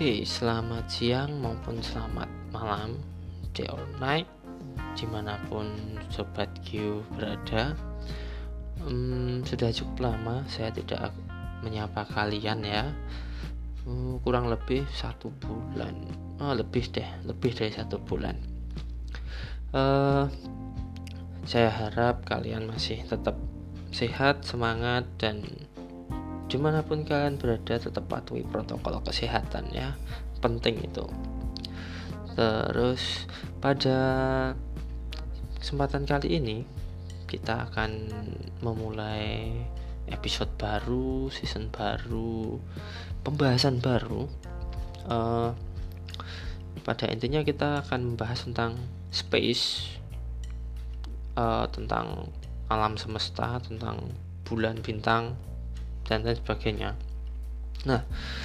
Oke, selamat siang maupun selamat malam, day or night, dimanapun Sobat Q berada. Sudah cukup lama saya tidak menyapa kalian ya. Kurang lebih 1 bulan, lebih dari 1 bulan. Saya harap kalian masih tetap sehat, semangat, dan dimanapun kalian berada tetap patuhi protokol kesehatan ya, penting itu. Terus pada kesempatan kali ini kita akan memulai episode baru, season baru, pembahasan baru. Pada intinya kita akan membahas tentang space, tentang alam semesta, tentang bulan, bintang, dan lain sebagainya. Nah,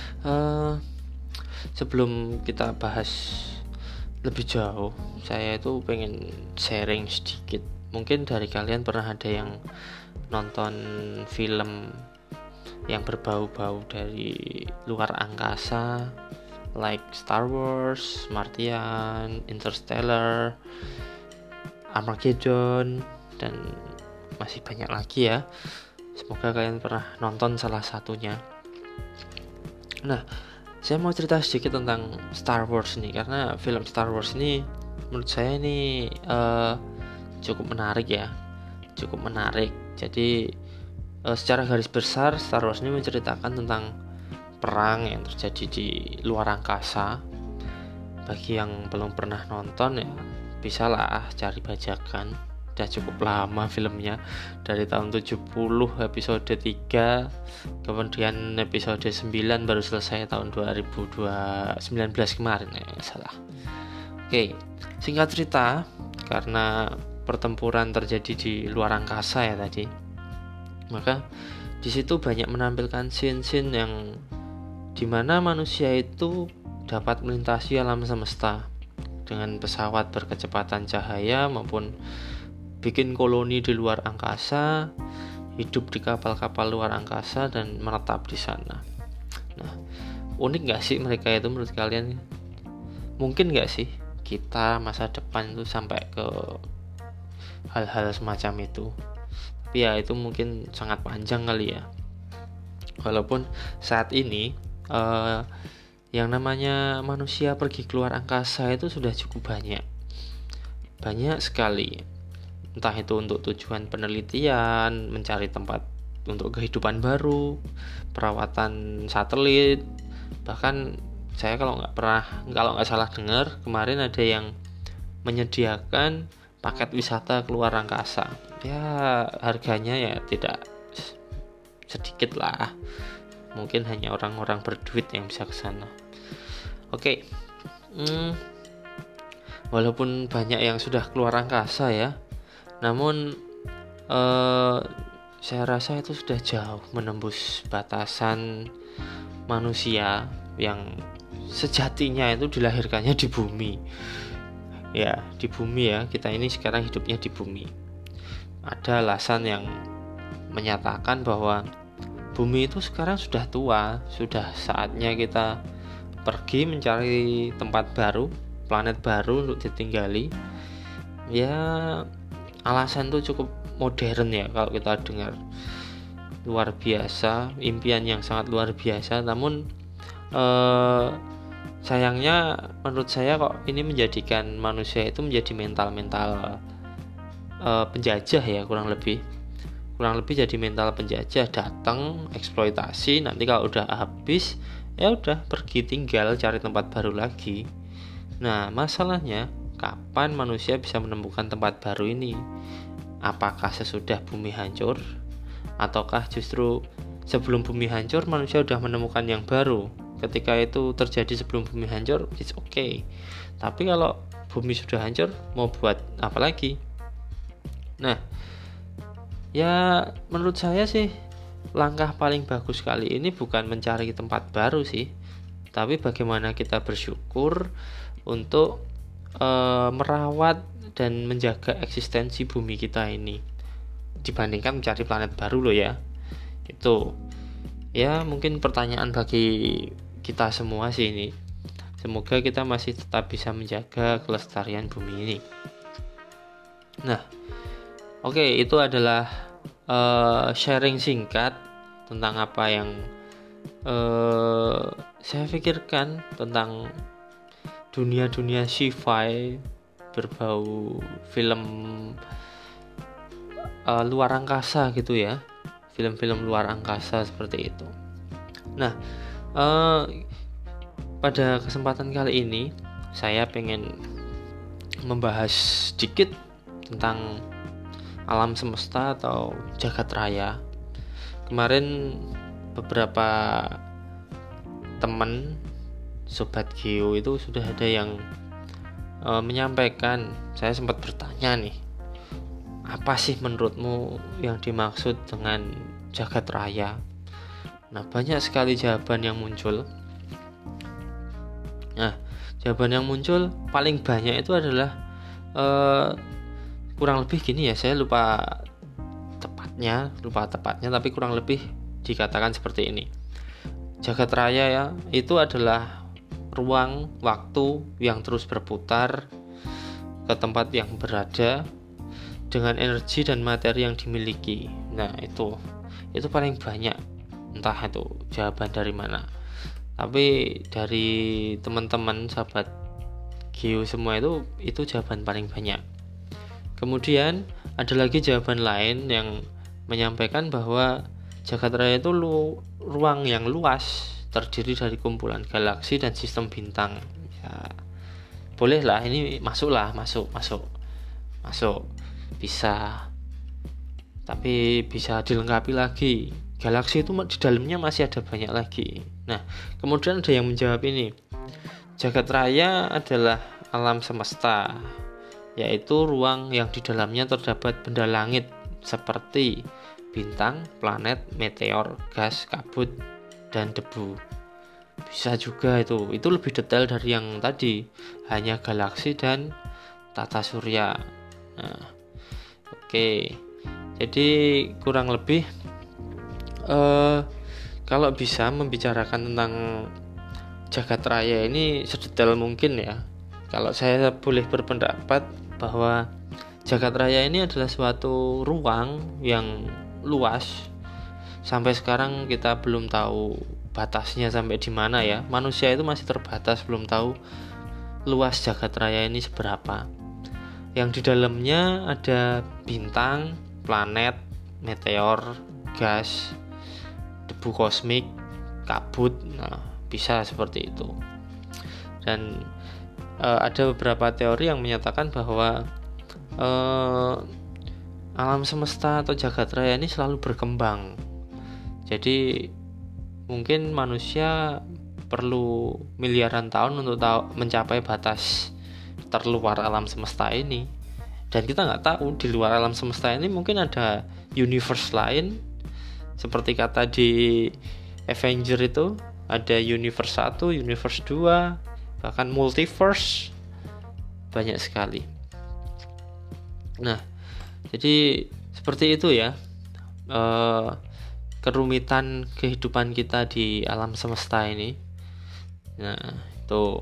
sebelum kita bahas lebih jauh, saya itu pengen sharing sedikit. Mungkin dari kalian pernah ada yang nonton film yang berbau-bau dari luar angkasa, like Star Wars, Martian, Interstellar, Armageddon, dan masih banyak lagi ya. Semoga kalian pernah nonton salah satunya. Nah, saya mau cerita sedikit tentang Star Wars nih, karena film Star Wars ini menurut saya ini cukup menarik ya, cukup menarik. Jadi secara garis besar Star Wars ini menceritakan tentang perang yang terjadi di luar angkasa. Bagi yang belum pernah nonton ya, bisalah cari bajakan. Udah cukup lama filmnya, dari tahun 70 episode 3, kemudian episode 9 baru selesai tahun 2019 kemarin ya, salah. Oke, singkat cerita, karena pertempuran terjadi di luar angkasa ya tadi, maka di situ banyak menampilkan scene-scene yang dimana manusia itu dapat melintasi alam semesta dengan pesawat berkecepatan cahaya maupun bikin koloni di luar angkasa, hidup di kapal-kapal luar angkasa dan menetap di sana. Nah, unik gak sih mereka itu menurut kalian? Mungkin gak sih kita masa depan itu sampai ke hal-hal semacam itu? Tapi ya itu mungkin sangat panjang kali ya. Walaupun saat ini yang namanya manusia pergi keluar angkasa itu sudah cukup banyak sekali. Entah itu untuk tujuan penelitian, mencari tempat untuk kehidupan baru, perawatan satelit, bahkan saya kalau nggak salah dengar kemarin ada yang menyediakan paket wisata keluar angkasa. Ya harganya ya tidak sedikit lah, mungkin hanya orang-orang berduit yang bisa ke sana. Oke. Walaupun banyak yang sudah keluar angkasa ya, namun saya rasa itu sudah jauh menembus batasan manusia yang sejatinya itu dilahirkannya di bumi. Ya, di bumi ya, kita ini sekarang hidupnya di bumi. Ada alasan yang menyatakan bahwa bumi itu sekarang sudah tua, sudah saatnya kita pergi mencari tempat baru, planet baru untuk ditinggali. Ya, alasan itu cukup modern ya kalau kita dengar, luar biasa, impian yang sangat luar biasa. Namun sayangnya menurut saya kok ini menjadikan manusia itu menjadi mental penjajah ya, kurang lebih jadi mental penjajah, datang eksploitasi, nanti kalau udah habis ya udah pergi tinggal cari tempat baru lagi. Nah, masalahnya kapan manusia bisa menemukan tempat baru ini? Apakah sesudah bumi hancur? Ataukah justru sebelum bumi hancur manusia sudah menemukan yang baru? Ketika itu terjadi sebelum bumi hancur, it's okay. Tapi kalau bumi sudah hancur, mau buat apa lagi? Nah, ya menurut saya sih langkah paling bagus kali ini bukan mencari tempat baru sih, tapi bagaimana kita bersyukur untuk merawat dan menjaga eksistensi bumi kita ini, dibandingkan mencari planet baru loh ya. Itu ya mungkin pertanyaan bagi kita semua sih ini. Semoga kita masih tetap bisa menjaga kelestarian bumi ini. Nah, oke, itu adalah sharing singkat tentang apa yang saya pikirkan tentang dunia-dunia sci-fi berbau film luar angkasa gitu ya, film-film luar angkasa seperti itu. Nah, pada kesempatan kali ini saya pengen membahas sedikit tentang alam semesta atau jagat raya. Kemarin beberapa teman Sobat Geo itu sudah ada yang menyampaikan, saya sempat bertanya nih, apa sih menurutmu yang dimaksud dengan jagat raya? Nah, banyak sekali jawaban yang muncul. Nah, jawaban yang muncul paling banyak itu adalah kurang lebih gini ya, saya lupa tepatnya, tapi kurang lebih dikatakan seperti ini. Jagat raya ya, itu adalah ruang waktu yang terus berputar ke tempat yang berada dengan energi dan materi yang dimiliki. Nah, itu paling banyak, entah itu jawaban dari mana. Tapi dari teman-teman sahabat Geo semua itu jawaban paling banyak. Kemudian ada lagi jawaban lain yang menyampaikan bahwa jagat raya itu ruang yang luas, terdiri dari kumpulan galaksi dan sistem bintang. Ya, bolehlah, ini masuk, bisa. Tapi bisa dilengkapi lagi. Galaksi itu di dalamnya masih ada banyak lagi. Nah, kemudian ada yang menjawab ini. Jagat raya adalah alam semesta, yaitu ruang yang di dalamnya terdapat benda langit seperti bintang, planet, meteor, gas, kabut, dan debu. Bisa juga itu lebih detail dari yang tadi, hanya galaksi dan tata surya. Nah, oke. Jadi kurang lebih kalau bisa membicarakan tentang jagat raya ini sedetail mungkin ya. Kalau saya boleh berpendapat bahwa jagat raya ini adalah suatu ruang yang luas. Sampai sekarang kita belum tahu batasnya sampai di mana ya. Manusia itu masih terbatas, belum tahu luas jagat raya ini seberapa. Yang di dalamnya ada bintang, planet, meteor, gas, debu kosmik, kabut. Nah, bisa seperti itu. Dan ada beberapa teori yang menyatakan bahwa alam semesta atau jagat raya ini selalu berkembang. Jadi mungkin manusia perlu miliaran tahun untuk mencapai batas terluar alam semesta ini. Dan kita nggak tahu di luar alam semesta ini mungkin ada universe lain. Seperti kata di Avenger itu, ada universe 1, universe 2, bahkan multiverse, banyak sekali. Nah, jadi seperti itu ya, kerumitan kehidupan kita di alam semesta ini. Nah, itu.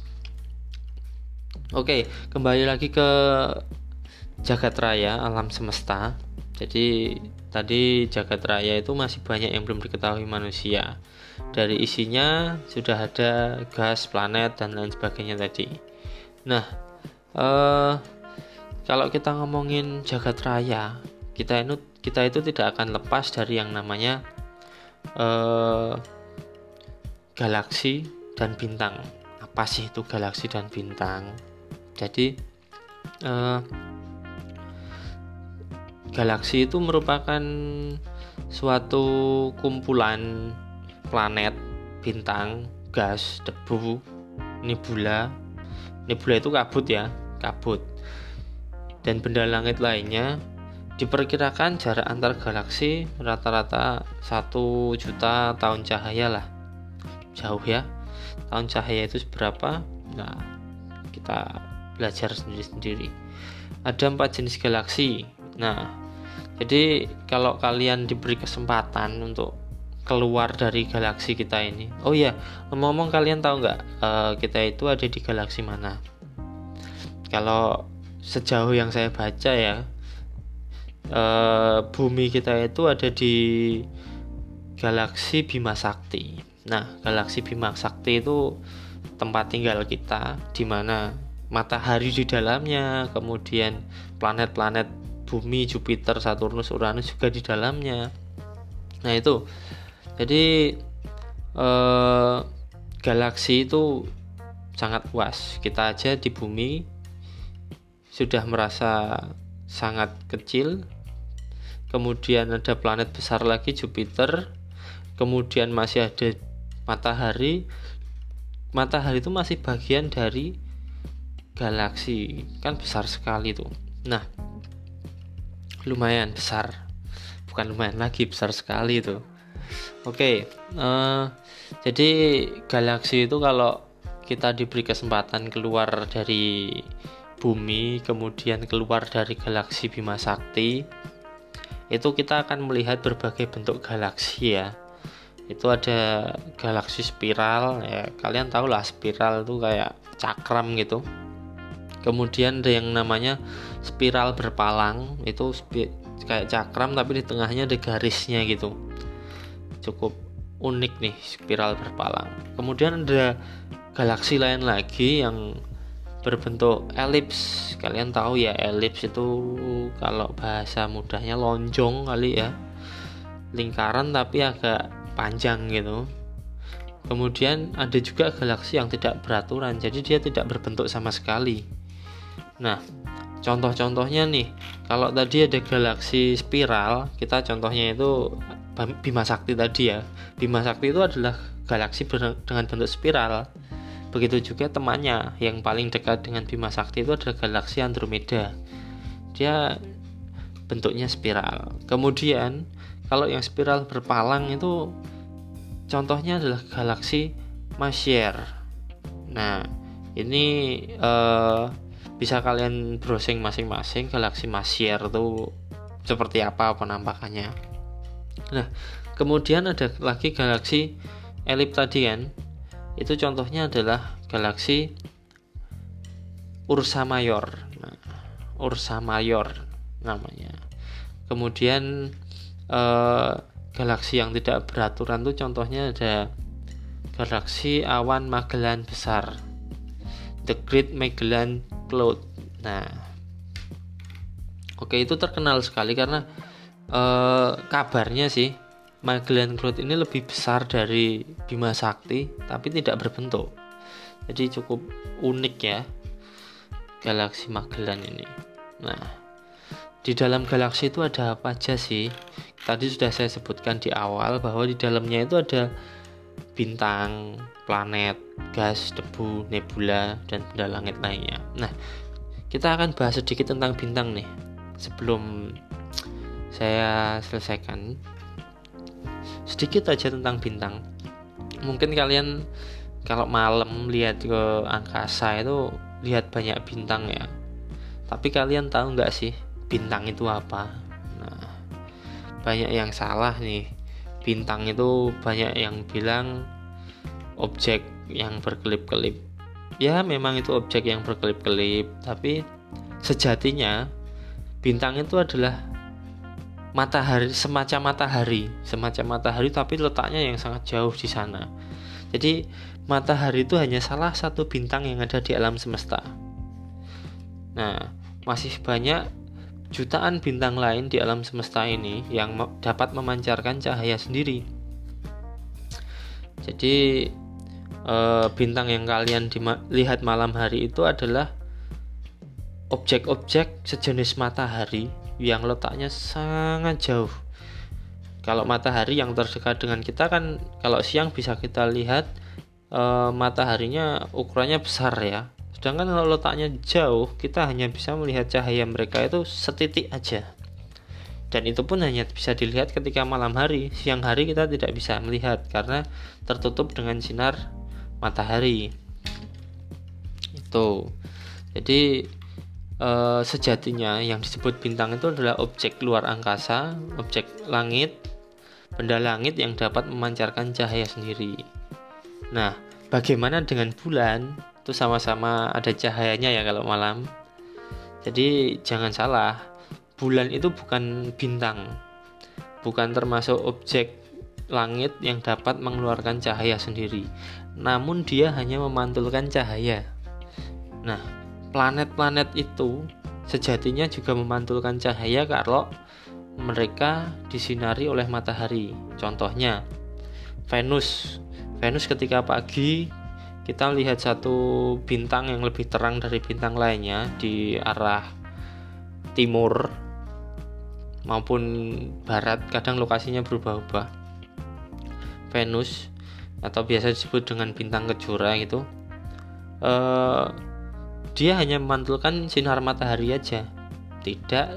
Oke, kembali lagi ke jagat raya, alam semesta. Jadi tadi jagat raya itu masih banyak yang belum diketahui manusia. Dari isinya sudah ada gas, planet, dan lain sebagainya tadi. Nah, kalau kita ngomongin jagat raya, kita itu tidak akan lepas dari yang namanya galaksi dan bintang. Apa sih itu galaksi dan bintang? Jadi galaksi itu merupakan suatu kumpulan planet, bintang, gas, debu, nebula. Nebula itu kabut ya, kabut. Dan benda langit lainnya. Diperkirakan jarak antar galaksi rata-rata 1 juta tahun cahaya lah. Jauh ya. Tahun cahaya itu seberapa? Nah, kita belajar sendiri-sendiri. Ada 4 jenis galaksi. Nah, jadi kalau kalian diberi kesempatan untuk keluar dari galaksi kita ini. Oh iya, ngomong-ngomong, kalian tahu nggak kita itu ada di galaksi mana? Kalau sejauh yang saya baca ya, bumi kita itu ada di galaksi Bima Sakti. Nah, galaksi Bima Sakti itu tempat tinggal kita, di mana matahari di dalamnya, kemudian planet-planet bumi, Jupiter, Saturnus, Uranus juga di dalamnya. Nah itu, jadi galaksi itu sangat luas. Kita aja di bumi sudah merasa sangat kecil. Kemudian ada planet besar lagi, Jupiter. Kemudian masih ada matahari. Matahari itu masih bagian dari galaksi, kan besar sekali tuh. Nah, lumayan besar, bukan lumayan lagi, besar sekali tuh. Oke, jadi galaksi itu kalau kita diberi kesempatan keluar dari bumi, kemudian keluar dari galaksi Bima Sakti, itu kita akan melihat berbagai bentuk galaksi ya. Itu ada galaksi spiral ya, kalian tahu lah, spiral itu kayak cakram gitu. Kemudian ada yang namanya spiral berpalang, itu kayak cakram tapi di tengahnya ada garisnya gitu. Cukup unik nih spiral berpalang. Kemudian ada galaksi lain lagi yang berbentuk elips. Kalian tahu ya, elips itu kalau bahasa mudahnya lonjong kali ya, lingkaran tapi agak panjang gitu. Kemudian ada juga galaksi yang tidak beraturan, jadi dia tidak berbentuk sama sekali. Nah, contoh-contohnya nih, kalau tadi ada galaksi spiral, kita contohnya itu Bima Sakti tadi ya. Bima Sakti itu adalah galaksi dengan bentuk spiral. Begitu juga temannya yang paling dekat dengan Bima Sakti itu adalah galaksi Andromeda. Dia bentuknya spiral. Kemudian kalau yang spiral berpalang itu contohnya adalah galaksi Messier. Nah, ini bisa kalian browsing masing-masing galaksi Messier itu seperti apa penampakannya. Nah, kemudian ada lagi galaksi elip tadi kan. Itu contohnya adalah galaksi Ursa Major. Nah, Ursa Major namanya. Kemudian galaksi yang tidak beraturan tuh contohnya ada galaksi awan Magellan besar, The Great Magellan Cloud. Nah, oke, itu terkenal sekali karena kabarnya sih Magellan Cloud ini lebih besar dari Bima Sakti tapi tidak berbentuk. Jadi cukup unik ya galaksi Magellan ini. Nah, di dalam galaksi itu ada apa aja sih? Tadi sudah saya sebutkan di awal bahwa di dalamnya itu ada bintang, planet, gas, debu, nebula, dan benda langit lainnya. Nah, kita akan bahas sedikit tentang bintang nih sebelum saya selesaikan. Sedikit aja tentang bintang. Mungkin kalian kalau malam lihat ke angkasa itu lihat banyak bintang ya. Tapi kalian tahu nggak sih bintang itu apa? Nah, banyak yang salah nih. Bintang itu banyak yang bilang objek yang berkelip-kelip. Ya, memang itu objek yang berkelip-kelip, tapi sejatinya bintang itu adalah matahari, semacam matahari tapi letaknya yang sangat jauh di sana. Jadi matahari itu hanya salah satu bintang yang ada di alam semesta. Nah, masih banyak jutaan bintang lain di alam semesta ini yang dapat memancarkan cahaya sendiri. Jadi bintang yang kalian lihat malam hari itu adalah objek-objek sejenis matahari yang letaknya sangat jauh. Kalau matahari yang terdekat dengan kita kan kalau siang bisa kita lihat mataharinya ukurannya besar ya. Sedangkan kalau letaknya jauh, kita hanya bisa melihat cahaya mereka itu setitik aja. Dan itu pun hanya bisa dilihat ketika malam hari. Siang hari kita tidak bisa melihat karena tertutup dengan sinar matahari. Itu. Jadi sejatinya yang disebut bintang itu adalah objek luar angkasa, objek langit benda langit yang dapat memancarkan cahaya sendiri. Nah, bagaimana dengan bulan? Itu sama-sama ada cahayanya ya kalau malam. Jadi jangan salah, bulan itu bukan bintang, bukan termasuk objek langit yang dapat mengeluarkan cahaya sendiri, namun dia hanya memantulkan cahaya. Nah, planet-planet itu sejatinya juga memantulkan cahaya kalau mereka disinari oleh matahari. Contohnya Venus. Venus ketika pagi kita lihat satu bintang yang lebih terang dari bintang lainnya di arah timur maupun barat, kadang lokasinya berubah-ubah. Venus atau biasa disebut dengan bintang kejora gitu, dia hanya memantulkan sinar matahari aja, tidak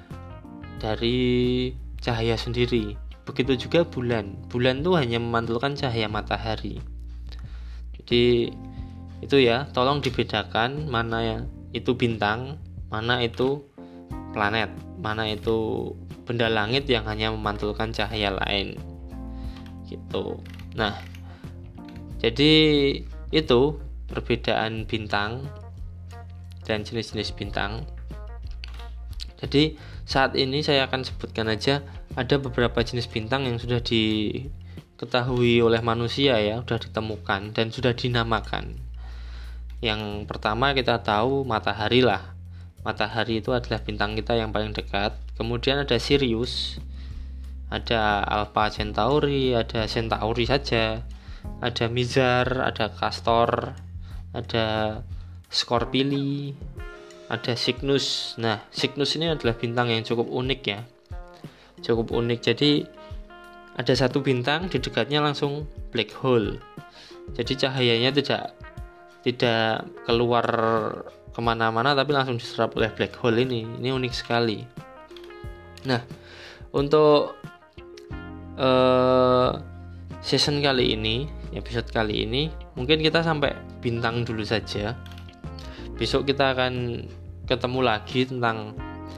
dari cahaya sendiri. Begitu juga bulan tuh hanya memantulkan cahaya matahari. Jadi itu ya, tolong dibedakan mana yang itu bintang, mana itu planet, mana itu benda langit yang hanya memantulkan cahaya lain gitu. Nah, jadi itu perbedaan bintang dan jenis-jenis bintang. Jadi saat ini saya akan sebutkan aja, ada beberapa jenis bintang yang sudah diketahui oleh manusia ya, sudah ditemukan dan sudah dinamakan. Yang pertama kita tahu matahari lah. Matahari itu adalah bintang kita yang paling dekat. Kemudian ada Sirius, ada Alpha Centauri, ada Centauri saja, ada Mizar, ada Castor, ada Scorpii, ada Cygnus. Nah, Cygnus ini adalah bintang yang cukup unik ya, cukup unik. Jadi ada satu bintang, di dekatnya langsung black hole. Jadi cahayanya tidak keluar kemana-mana, tapi langsung diserap oleh black hole ini. Ini unik sekali. Nah, untuk season kali ini, episode kali ini, mungkin kita sampai bintang dulu saja. Besok kita akan ketemu lagi tentang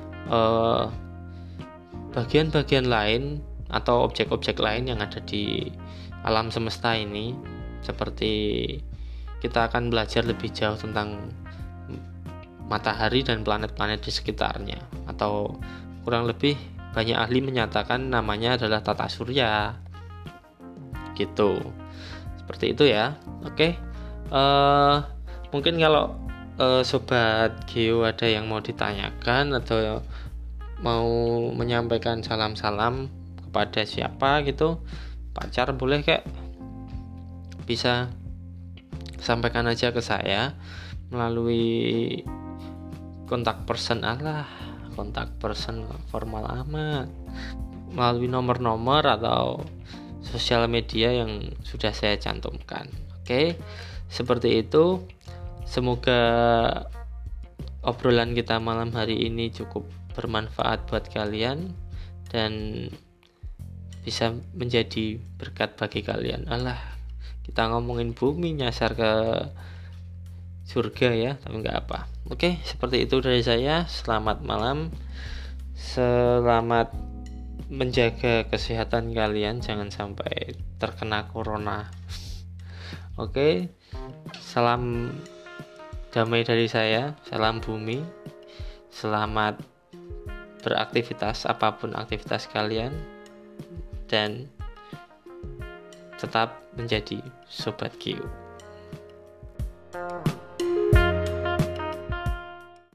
bagian-bagian lain atau objek-objek lain yang ada di alam semesta ini. Seperti kita akan belajar lebih jauh tentang matahari dan planet-planet di sekitarnya, atau kurang lebih banyak ahli menyatakan namanya adalah tata surya gitu. Seperti itu ya. Oke. Mungkin kalau sobat Geo ada yang mau ditanyakan atau mau menyampaikan salam-salam kepada siapa gitu, pacar boleh kayak, bisa sampaikan aja ke saya melalui kontak person, kontak person formal amat, melalui nomor-nomor atau sosial media yang sudah saya cantumkan. Oke, seperti itu. Semoga obrolan kita malam hari ini cukup bermanfaat buat kalian dan bisa menjadi berkat bagi kalian. Kita ngomongin bumi nyasar ke surga ya, tapi nggak apa. Oke, seperti itu dari saya. Selamat malam, selamat menjaga kesehatan kalian, jangan sampai terkena corona. Oke, salam damai dari saya, salam bumi. Selamat beraktivitas apapun aktivitas kalian, dan tetap menjadi Sobat Geo.